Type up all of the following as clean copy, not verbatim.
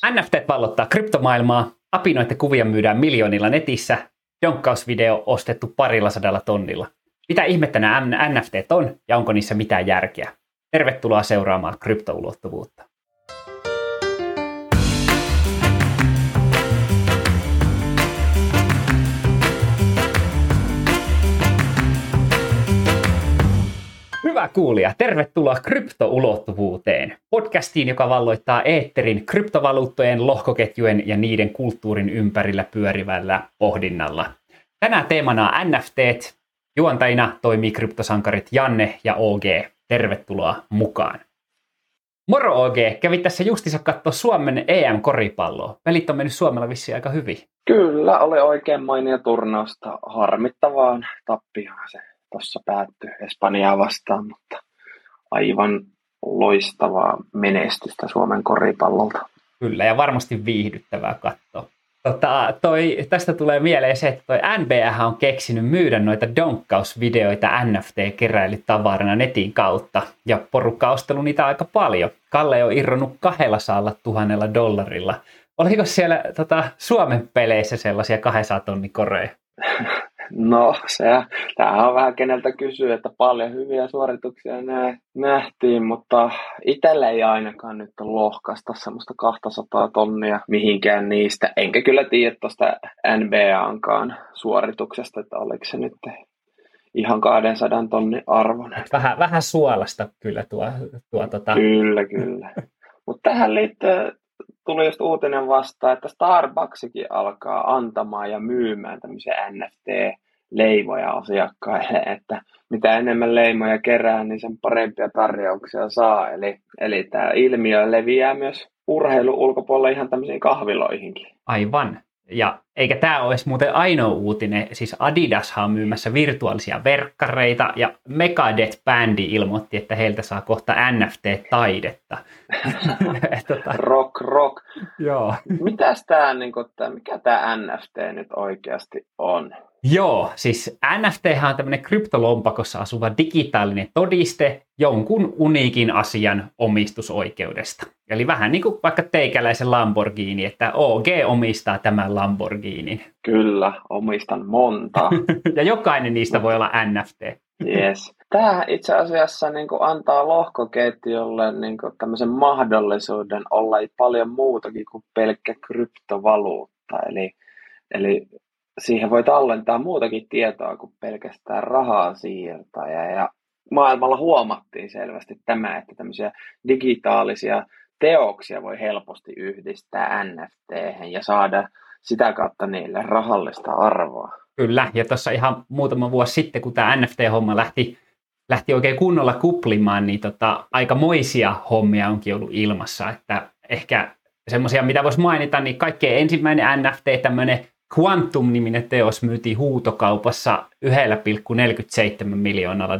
NFT vallottaa kryptomaailmaa, apinoiden kuvia myydään miljoonilla netissä, donkkausvideo ostettu 200 tonnilla. Mitä ihmettä nämä NFTt on ja onko niissä mitään järkeä? Tervetuloa seuraamaan kryptoulottuvuutta. Hyvä kuulija, tervetuloa kryptoulottuvuuteen, podcastiin, joka valloittaa eetterin kryptovaluuttojen, lohkoketjujen ja niiden kulttuurin ympärillä pyörivällä pohdinnalla. Tänään teemana on NFTt, juontajina toimii kryptosankarit Janne ja OG. Tervetuloa mukaan. Moro OG, kävit tässä justiinsa katsoa Suomen EM-koripalloa. Pelit on mennyt Suomella vissiin aika hyvin. Kyllä, oli oikein mainio turnausta. Harmittavaa tappiohan se tuossa päättyi Espanjaa vastaan, mutta aivan loistavaa menestystä Suomen koripallolta. Kyllä, ja varmasti viihdyttävää katsoa. Tästä tulee mieleen se, että toi NBA on keksinyt myydä noita donkkausvideoita NFT-keräilytavarana netin kautta, ja porukka on ostellut niitä aika paljon. Kalle on irronnut $200,000. Oliko siellä Suomen peleissä sellaisia 200 tonnin koreja? No, tämähän on vähän keneltä kysyä, että paljon hyviä suorituksia nähtiin, mutta itsellä ei ainakaan nyt lohkaista semmoista 200 tonnia mihinkään niistä. Enkä kyllä tiedä tuosta NBA:nkaan suorituksesta, että oliko se nyt ihan 200 tonnin arvoinen. Vähän suolasta kyllä tuo. Kyllä. Mutta tähän liittyen tuli just uutinen vastaan, että Starbucksikin alkaa antamaan ja myymään tämmöisiä NFT-leimoja asiakkaille, että mitä enemmän leimoja kerää, niin sen parempia tarjouksia saa. Eli tämä ilmiö leviää myös urheilun ulkopuolella ihan tämmöisiin kahviloihinkin. Aivan. Ja eikä tämä olisi muuten ainoa uutinen, siis Adidashan on myymässä virtuaalisia verkkareita ja Megadeth-bändi ilmoitti, että heiltä saa kohta NFT-taidetta. Rock. Joo. Mikä tämä NFT nyt oikeasti on? Joo, siis NFThän on tämmöinen kryptolompakossa asuva digitaalinen todiste jonkun uniikin asian omistusoikeudesta. Eli vähän niin kuin vaikka teikäläisen Lamborghini, että OG omistaa tämän Lamborghinin. Kyllä, omistan monta. Ja jokainen niistä voi olla NFT. Yes. Tämä itse asiassa antaa lohkoketjulle tämmöisen mahdollisuuden olla paljon muutakin kuin pelkkä kryptovaluutta. Eli siihen voi tallentaa muutakin tietoa kuin pelkästään rahaa siirtää. Ja maailmalla huomattiin selvästi tämä, että tämmöisiä digitaalisia teoksia voi helposti yhdistää NFT:hen ja saada sitä kautta niille rahallista arvoa. Kyllä, ja tuossa ihan muutama vuosi sitten, kun tämä NFT-homma lähti oikein kunnolla kuplimaan, niin aikamoisia hommia onkin ollut ilmassa. Että ehkä semmoisia, mitä voisi mainita, niin kaikkein ensimmäinen NFT, tämmöinen Quantum-niminen teos myytiin huutokaupassa $1,47 miljoonalla.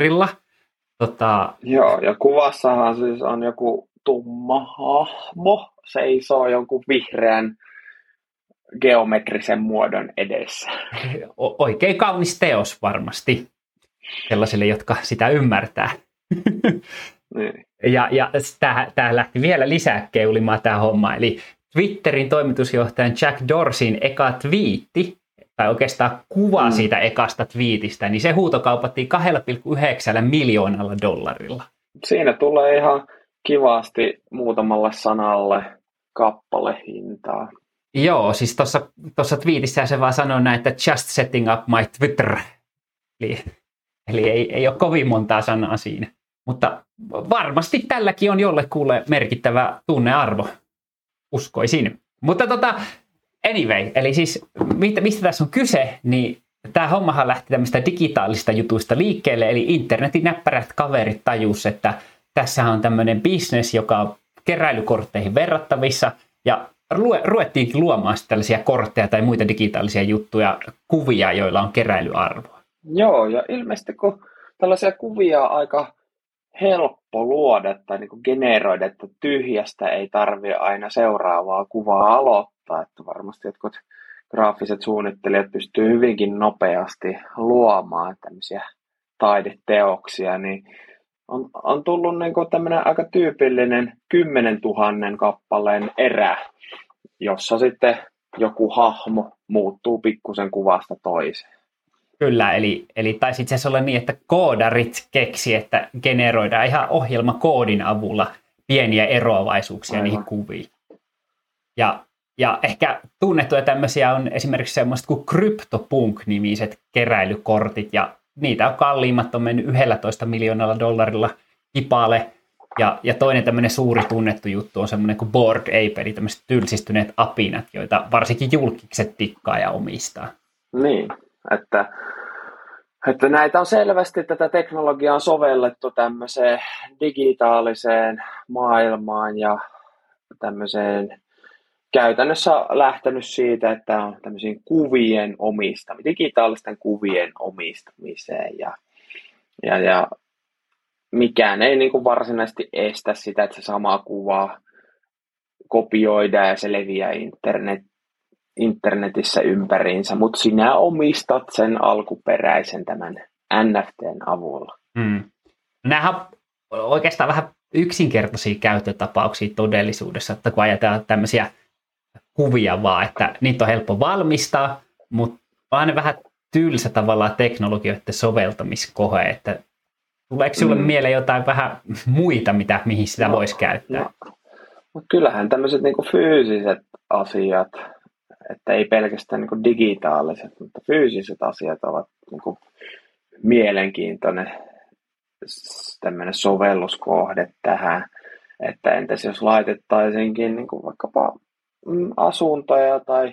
Joo, ja kuvassahan siis on joku tumma hahmo, seisoo jonkun vihreän geometrisen muodon edessä. Oikein kaunis teos varmasti sellaisille, jotka sitä ymmärtää. Niin. Ja tämä lähti vielä lisää keulimaan tämä homma, eli Twitterin toimitusjohtajan Jack Dorseyn eka twiitti, tai oikeastaan kuva siitä ekasta twiitistä, niin se huutokaupattiin $2,9 miljoonalla. Siinä tulee ihan kivasti muutamalle sanalle kappalehintaa. Joo, siis tuossa twiitissä se vaan sanoo näin, että just setting up my Twitter. Eli ei ole kovin montaa sanaa siinä. Mutta varmasti tälläkin on jollekulle merkittävä tunnearvo. Uskoisin. Mutta anyway, eli siis mistä tässä on kyse, niin tämä hommahan lähti tämmöistä digitaalista jutuista liikkeelle, eli internetin näppärät kaverit tajus, että tässä on tämmöinen business, joka on keräilykortteihin verrattavissa, ja ruvettiinkin luomaan tällaisia kortteja tai muita digitaalisia juttuja, kuvia, joilla on keräilyarvoa. Joo, ja ilmeisesti kun tällaisia kuvia on aika helppo luoda tai generoida, että tyhjästä ei tarvitse aina seuraavaa kuvaa aloittaa, että varmasti jotkut graafiset suunnittelijat pystyy hyvinkin nopeasti luomaan tämmöisiä taideteoksia, niin on tullut niin kuin tämmöinen aika tyypillinen 10 000 kappaleen erä, jossa sitten joku hahmo muuttuu pikkusen kuvasta toiseen. Kyllä, eli taisi itse asiassa olla niin, että koodarit keksi, että generoidaan ihan ohjelmakoodin avulla pieniä eroavaisuuksia niihin kuviin. Ja ehkä tunnettuja tämmöisiä on esimerkiksi semmoiset kuin CryptoPunk-nimiset keräilykortit, ja niitä on kalliimmat, on mennyt $11 miljoonalla kipale. Ja toinen tämmöinen suuri tunnettu juttu on semmoinen kuin Bored Ape, eli tämmöiset tylsistyneet apinat, joita varsinkin julkikset tikkaa ja omistaa. Niin, että näitä on selvästi, tätä teknologiaa on sovellettu tämmöiseen digitaaliseen maailmaan ja tämmöiseen käytännössä lähtenyt siitä, että on tämmöisiin kuvien omistamiseen, digitaalisten kuvien omistamiseen ja mikään ei niin kuin varsinaisesti estä sitä, että se sama kuva kopioidaan ja se leviää internetissä ympäriinsä, mutta sinä omistat sen alkuperäisen tämän NFTn avulla. Nämähän on oikeastaan vähän yksinkertaisia käyttötapauksia todellisuudessa, että kun ajatellaan tämmöisiä kuvia vaan, että niitä on helppo valmistaa, mutta on vähän tylsä tavallaan teknologioiden soveltamiskohe, että tuleeko sinulle mieleen jotain vähän muita, mihin sitä voisi käyttää? No, kyllähän tämmöiset niinku fyysiset asiat, että ei pelkästään niinku digitaaliset, mutta fyysiset asiat ovat niinku mielenkiintoinen tämmöinen sovelluskohde tähän, että entäs jos laitettaisiinkin niinku vaikkapa asuntoja tai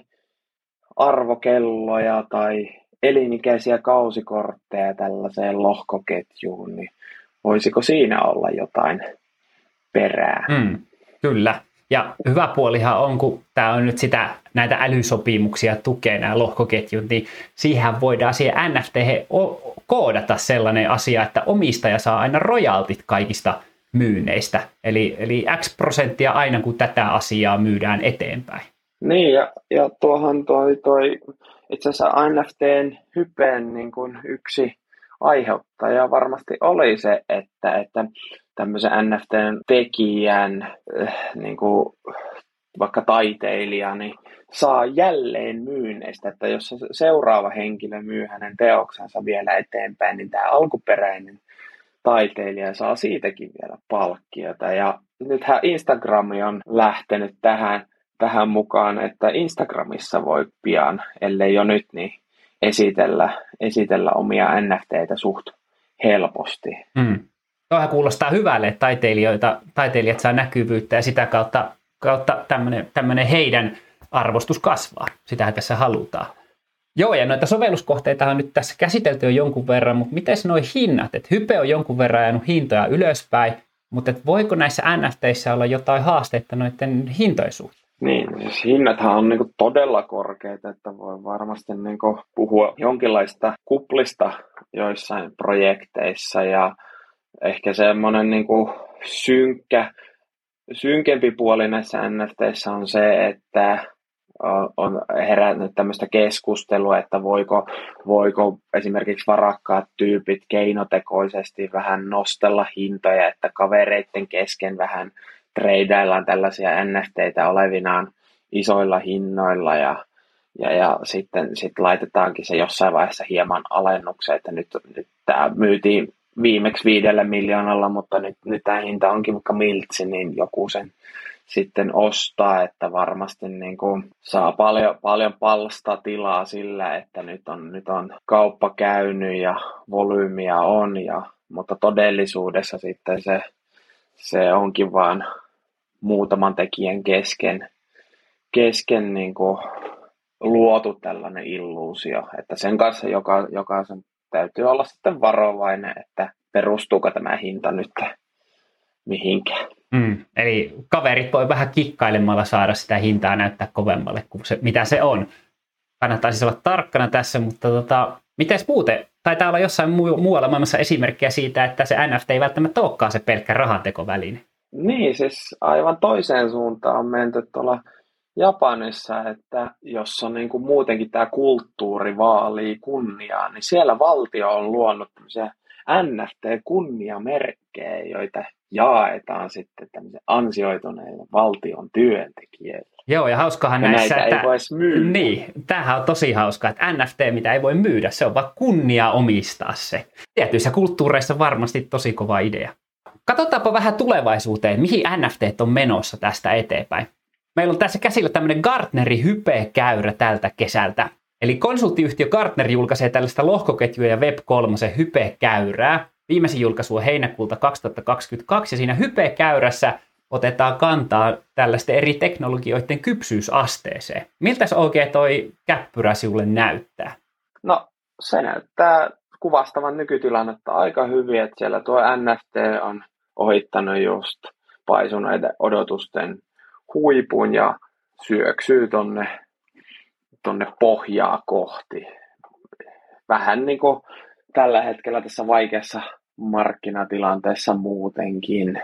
arvokelloja tai elinikäisiä kausikortteja tällaiseen lohkoketjuun, niin voisiko siinä olla jotain perää? Kyllä. Ja hyvä puolihan on, kun tämä on nyt näitä älysopimuksia tukee nämä lohkoketjut, niin siihen voidaan siihen NFT koodata sellainen asia, että omistaja saa aina rojaltit kaikista myynneistä. Eli X% aina, kun tätä asiaa myydään eteenpäin. Niin, ja tuohan toi itse asiassa NFTn hypeen niin kuin yksi aiheuttaja varmasti oli se, että tämmöisen NFTn tekijän, niin kuin vaikka taiteilija, niin saa jälleen myynneistä, että jos seuraava henkilö myy hänen teoksensa vielä eteenpäin, niin tämä alkuperäinen taiteilija saa siitäkin vielä palkkiota. Ja nythän Instagram on lähtenyt tähän mukaan, että Instagramissa voi pian, ellei jo nyt, niin esitellä omia NFTitä suht helposti. Tuohan kuulostaa hyvälle, että taiteilijat saa näkyvyyttä ja sitä kautta tämmöinen heidän arvostus kasvaa. Sitähän tässä halutaan. Joo, ja noita sovelluskohteita on nyt tässä käsitelty jo jonkun verran, mutta miten nuo hinnat? Et Hype on jonkun verran ajanut hintoja ylöspäin, mutta voiko näissä NFTissä olla jotain haasteita noiden hintojen suhteen? Niin, siis hinnathan on niinku todella korkeita, että voi varmasti niinku puhua jonkinlaista kuplista joissain projekteissa ja ehkä semmoinen niinku synkempi puoli näissä NFTissä on se, että on herännyt tämmöistä keskustelua, että voiko esimerkiksi varakkaat tyypit keinotekoisesti vähän nostella hintoja, että kavereiden kesken vähän treidaillaan tällaisia NFTitä olevinaan isoilla hinnoilla ja sitten laitetaankin se jossain vaiheessa hieman alennukseen, että nyt tämä myytiin viimeksi 5 miljoonalla, mutta nyt tämä hinta onkin vaikka miltsi, niin joku sen sitten ostaa, että varmasti niin kuin saa paljon palstatilaa sillä, että nyt on kauppa käynyt ja volyymiä on, mutta todellisuudessa sitten se onkin vaan muutaman tekijän kesken niin kuin luotu tällainen illuusio, että sen kanssa jokaisen täytyy olla sitten varovainen, että perustuuko tämä hinta nyt mihinkään. Eli kaverit voi vähän kikkailemalla saada sitä hintaa näyttää kovemmalle kuin mitä se on. Kannattaa siis olla tarkkana tässä, mutta mites muuten? Taitaa olla jossain muualla maailmassa esimerkkejä siitä, että se NFT ei välttämättä olekaan se pelkkä rahantekoväline. Niin, siis aivan toiseen suuntaan on menty tuolla Japanissa, että jos on niin kuin muutenkin tämä kulttuuri vaalii kunniaa, niin siellä valtio on luonut tämmöisiä NFT-kunniamerkkejä, joita jaetaan sitten tämmöisen ansioituneille valtion työntekijöille. Joo, ja hauskahan ja näissä, näitä että... ei voisi myydä. Niin, tämähän on tosi hauskaa, että NFT, mitä ei voi myydä, se on vaan kunnia omistaa se. Tietyissä kulttuureissa varmasti tosi kova idea. Katsotaanpa vähän tulevaisuuteen, mihin NFTt on menossa tästä eteenpäin. Meillä on tässä käsillä tämmöinen Gartnerin hypekäyrä tältä kesältä. Eli konsulttiyhtiö Gartner julkaisee tällaista lohkoketjuja ja Web3 hypekäyrää. Viimeisin julkaisu on heinäkuulta 2022 ja siinä hypekäyrässä otetaan kantaa tällaisten eri teknologioiden kypsyysasteeseen. Miltä se oikein toi käppyrä sinulle näyttää? No se näyttää kuvastavan nykytilannetta aika hyvin, että siellä tuo NFT on ohittanut just paisuneiden odotusten huipun ja syöksyy tonne pohjaa kohti. Vähän niin kuin tällä hetkellä tässä vaikeassa markkinatilanteessa muutenkin,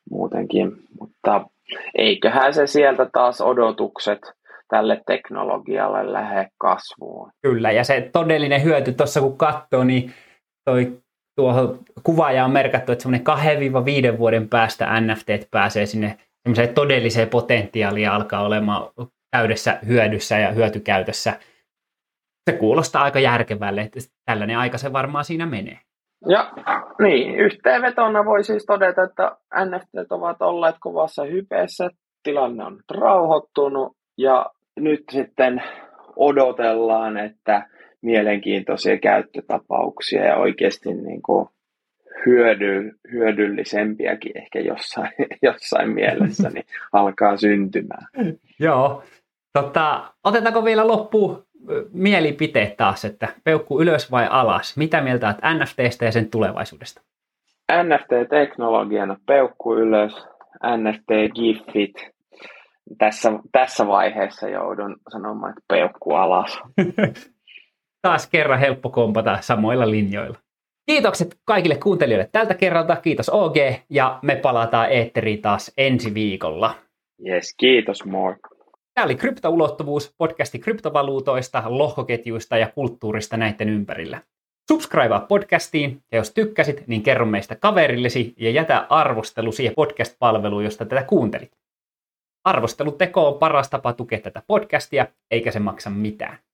mutta eiköhän se sieltä taas odotukset tälle teknologialle lähde kasvuun. Kyllä, ja se todellinen hyöty tuossa kun katsoo, niin tuohon kuvaajaan on merkattu, että semmoinen 2-5 vuoden päästä NFTt pääsee sinne semmoiseen todelliseen potentiaaliin ja alkaa olemaan täydessä hyödyssä ja hyötykäytössä. Se kuulostaa aika järkevälle, että tällainen aika se varmaan siinä menee. Ja niin, yhteenvetona voi siis todeta, että NFTt ovat olleet kovassa hypeessä, tilanne on rauhoittunut ja nyt sitten odotellaan, että mielenkiintoisia käyttötapauksia ja oikeasti niin kuin hyödyllisempiäkin ehkä jossain mielessä niin alkaa syntymään. Joo. Otetaanko vielä loppuun mielipiteet taas, että peukku ylös vai alas? Mitä mieltä olet NFTstä ja sen tulevaisuudesta? NFT-teknologiana peukku ylös, NFT-giffit. Tässä vaiheessa joudun sanomaan, että peukku alas. Taas kerran helppo kompata samoilla linjoilla. Kiitokset kaikille kuuntelijoille tältä kerralta. Kiitos OG ja me palataan eetteriin taas ensi viikolla. Yes, kiitos moi. Tämä oli Kryptoulottuvuus, podcasti kryptovaluutoista, lohkoketjuista ja kulttuurista näiden ympärillä. Subscribea podcastiin ja jos tykkäsit, niin kerro meistä kaverillesi ja jätä arvostelu siihen podcast-palveluun, josta tätä kuuntelit. Arvosteluteko on paras tapa tukea tätä podcastia, eikä se maksa mitään.